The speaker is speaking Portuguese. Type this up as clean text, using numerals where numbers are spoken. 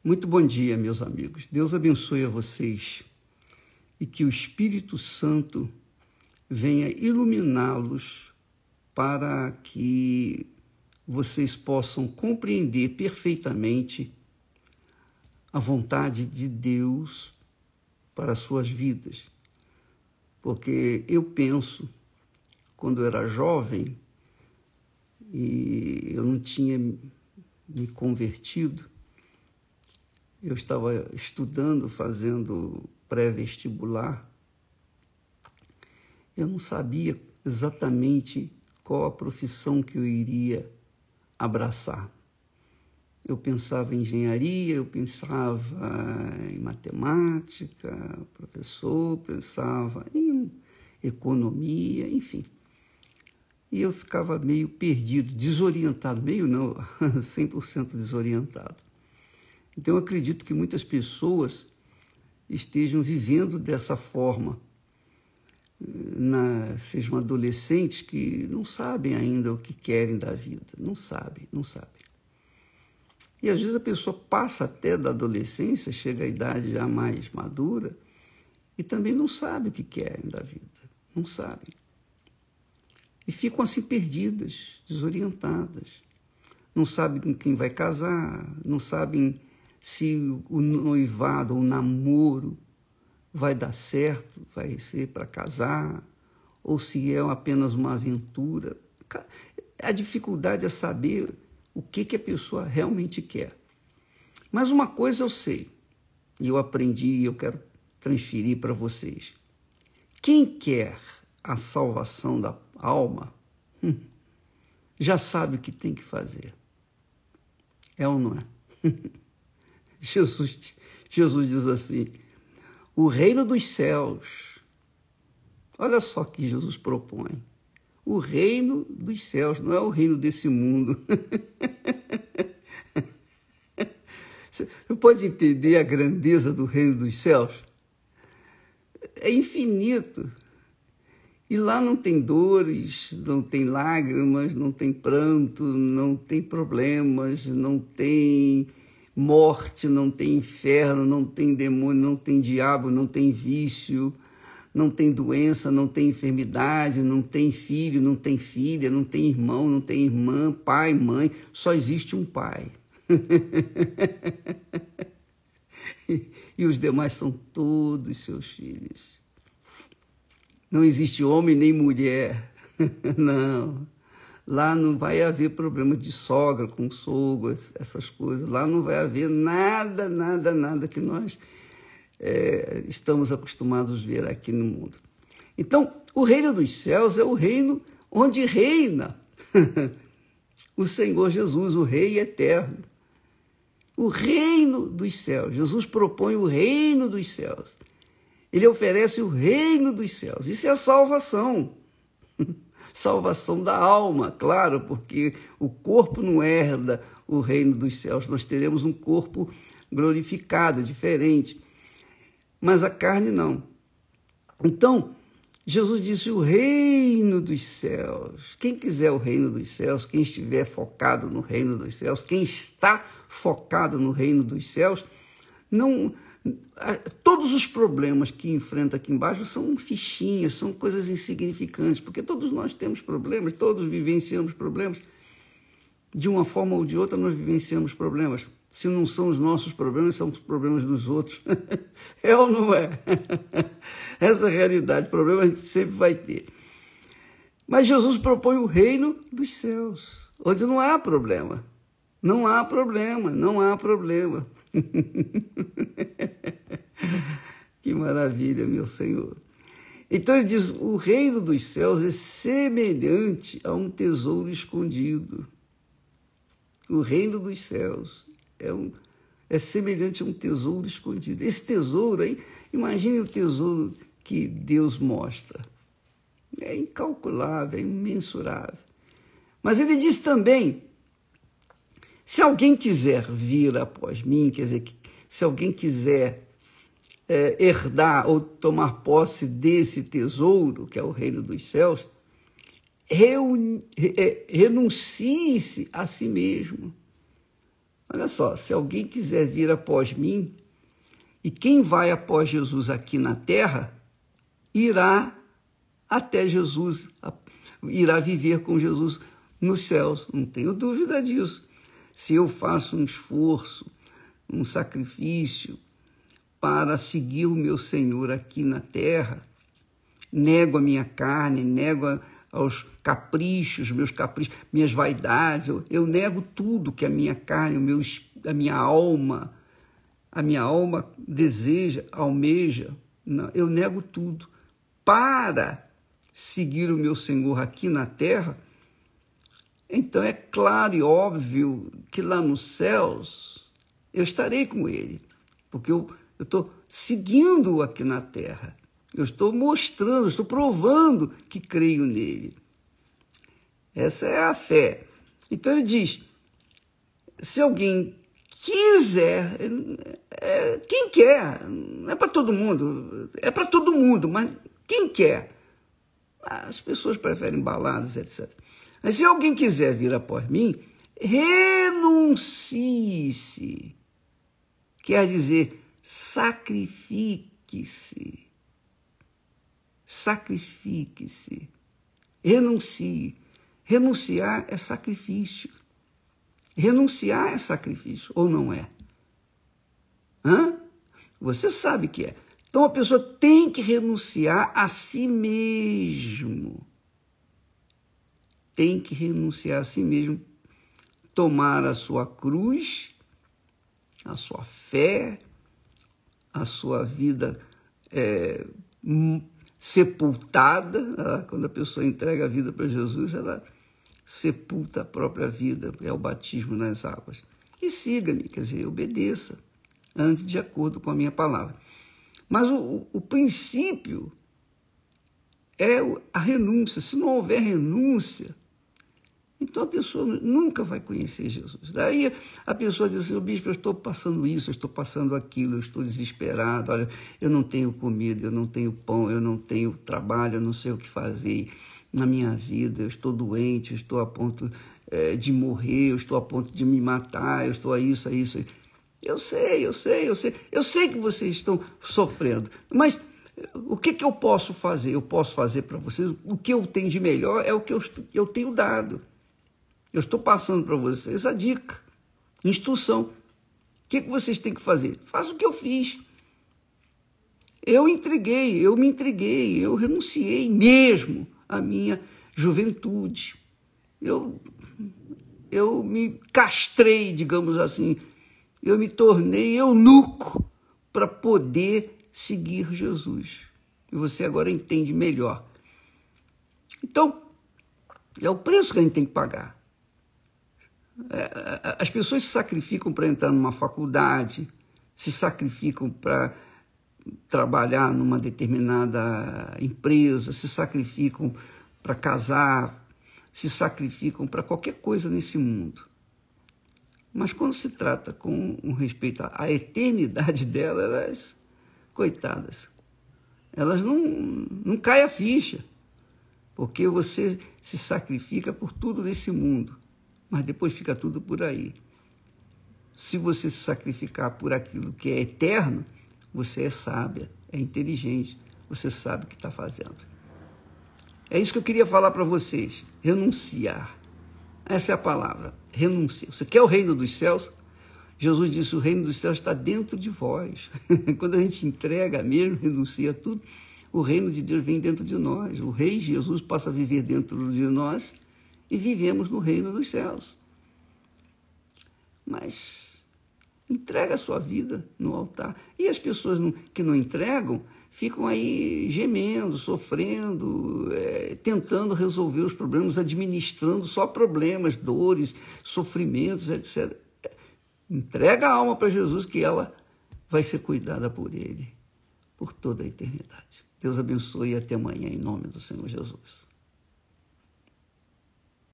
Muito bom dia, meus amigos. Deus abençoe a vocês e que o Espírito Santo venha iluminá-los para que vocês possam compreender perfeitamente a vontade de Deus para as suas vidas. Porque eu penso, quando eu era jovem e eu não tinha me convertido, eu estava estudando, fazendo pré-vestibular. Eu não sabia exatamente qual a profissão que eu iria abraçar. Eu pensava em engenharia, eu pensava em matemática, professor, pensava em economia, enfim. E eu ficava meio perdido, desorientado, meio não, 100% desorientado. Então, eu acredito que muitas pessoas estejam vivendo dessa forma, sejam adolescentes que não sabem ainda o que querem da vida, não sabem. E às vezes a pessoa passa até da adolescência, chega à idade já mais madura e também não sabe o que querem da vida, não sabem. E ficam assim perdidas, desorientadas, não sabem com quem vai casar, não sabem se o noivado ou o namoro vai dar certo, vai ser para casar, ou se é apenas uma aventura. A dificuldade é saber o que a pessoa realmente quer. Mas uma coisa eu sei, e eu aprendi e eu quero transferir para vocês. Quem quer a salvação da alma, já sabe o que tem que fazer. É ou não é? Jesus diz assim, o reino dos céus, olha só o que Jesus propõe, o reino dos céus, não é o reino desse mundo. Você pode entender a grandeza do reino dos céus? É infinito. E lá não tem dores, não tem lágrimas, não tem pranto, não tem problemas, não tem morte, não tem inferno, não tem demônio, não tem diabo, não tem vício, não tem doença, não tem enfermidade, não tem filho, não tem filha, não tem irmão, não tem irmã, pai, mãe, só existe um pai. E os demais são todos seus filhos. Não existe homem nem mulher, não. Lá não vai haver problema de sogra com sogro, essas coisas. Lá não vai haver nada que nós estamos acostumados a ver aqui no mundo. Então, o reino dos céus é o reino onde reina o Senhor Jesus, o Rei eterno. O reino dos céus. Jesus propõe o reino dos céus. Ele oferece o reino dos céus. Isso é a salvação. Salvação da alma, claro, porque o corpo não herda o reino dos céus. Nós teremos um corpo glorificado, diferente. Mas a carne não. Então, Jesus disse o reino dos céus. Quem quiser o reino dos céus, quem estiver focado no reino dos céus, quem está focado no reino dos céus, não... Todos os problemas que enfrenta aqui embaixo são fichinhas, são coisas insignificantes, porque todos nós temos problemas, todos vivenciamos problemas. De uma forma ou de outra, nós vivenciamos problemas. Se não são os nossos problemas, são os problemas dos outros. É ou não é? Essa realidade, problema a gente sempre vai ter. Mas Jesus propõe o reino dos céus, onde não há problema. Não há problema, não há problema. Que maravilha, meu Senhor. Então ele diz, o reino dos céus é semelhante a um tesouro escondido. O reino dos céus é semelhante a um tesouro escondido. Esse tesouro aí, imagine o tesouro que Deus mostra. É incalculável, é imensurável. Mas ele diz também, se alguém quiser vir após mim, quer dizer, se alguém quiser herdar ou tomar posse desse tesouro, que é o reino dos céus, renuncie-se a si mesmo. Olha só, se alguém quiser vir após mim, e quem vai após Jesus aqui na terra, irá até Jesus, irá viver com Jesus nos céus, não tenho dúvida disso. Se eu faço um esforço, um sacrifício para seguir o meu Senhor aqui na terra, nego a minha carne, nego aos caprichos, meus caprichos, minhas vaidades, eu nego tudo que a minha carne, a minha alma deseja, almeja, não, eu nego tudo para seguir o meu Senhor aqui na terra. Então é claro e óbvio que lá nos céus eu estarei com ele, porque eu estou seguindo aqui na terra, eu estou mostrando, estou provando que creio nele. Essa é a fé. Então ele diz, se alguém quiser, quem quer, não é para todo mundo, é para todo mundo, mas quem quer? As pessoas preferem baladas, etc. Mas se alguém quiser vir após mim, renuncie-se. Quer dizer, sacrifique-se. Sacrifique-se. Renuncie. Renunciar é sacrifício. Renunciar é sacrifício, ou não é? Você sabe que é. Então a pessoa tem que renunciar a si mesmo. Tem que renunciar a si mesmo, tomar a sua cruz, a sua fé, a sua vida sepultada. Quando a pessoa entrega a vida para Jesus, ela sepulta a própria vida, é o batismo nas águas. E siga-me, quer dizer, obedeça, ande de acordo com a minha palavra. Mas o princípio é a renúncia. Se não houver renúncia, então a pessoa nunca vai conhecer Jesus. Daí a pessoa diz assim, bispo, eu estou passando isso, eu estou passando aquilo, eu estou desesperado, olha, eu não tenho comida, eu não tenho pão, eu não tenho trabalho, eu não sei o que fazer na minha vida, eu estou doente, eu estou a ponto de morrer, eu estou a ponto de me matar, eu estou a isso, a isso. Eu sei que vocês estão sofrendo, mas o que eu posso fazer? Eu posso fazer para vocês, o que eu tenho de melhor é o que eu tenho dado. Eu estou passando para vocês a dica, instrução. O que vocês têm que fazer? Faça o que eu fiz. Eu me entreguei, eu renunciei mesmo à minha juventude. Eu me castrei, digamos assim, eu me tornei eunuco para poder seguir Jesus. E você agora entende melhor. Então, é o preço que a gente tem que pagar. As pessoas se sacrificam para entrar numa faculdade, se sacrificam para trabalhar numa determinada empresa, se sacrificam para casar, se sacrificam para qualquer coisa nesse mundo. Mas quando se trata com respeito à eternidade delas, elas, coitadas, elas não caem a ficha, porque você se sacrifica por tudo nesse mundo, mas depois fica tudo por aí. Se você se sacrificar por aquilo que é eterno, você é sábia, é inteligente, você sabe o que está fazendo. É isso que eu queria falar para vocês, renunciar. Essa é a palavra, renúncia. Você quer o reino dos céus? Jesus disse, o reino dos céus está dentro de vós. Quando a gente entrega mesmo, renuncia tudo, o reino de Deus vem dentro de nós. O Rei Jesus passa a viver dentro de nós e vivemos no reino dos céus. Mas entrega a sua vida no altar. E as pessoas que não entregam ficam aí gemendo, sofrendo, tentando resolver os problemas, administrando só problemas, dores, sofrimentos, etc. Entrega a alma para Jesus que ela vai ser cuidada por Ele por toda a eternidade. Deus abençoe e até amanhã, em nome do Senhor Jesus.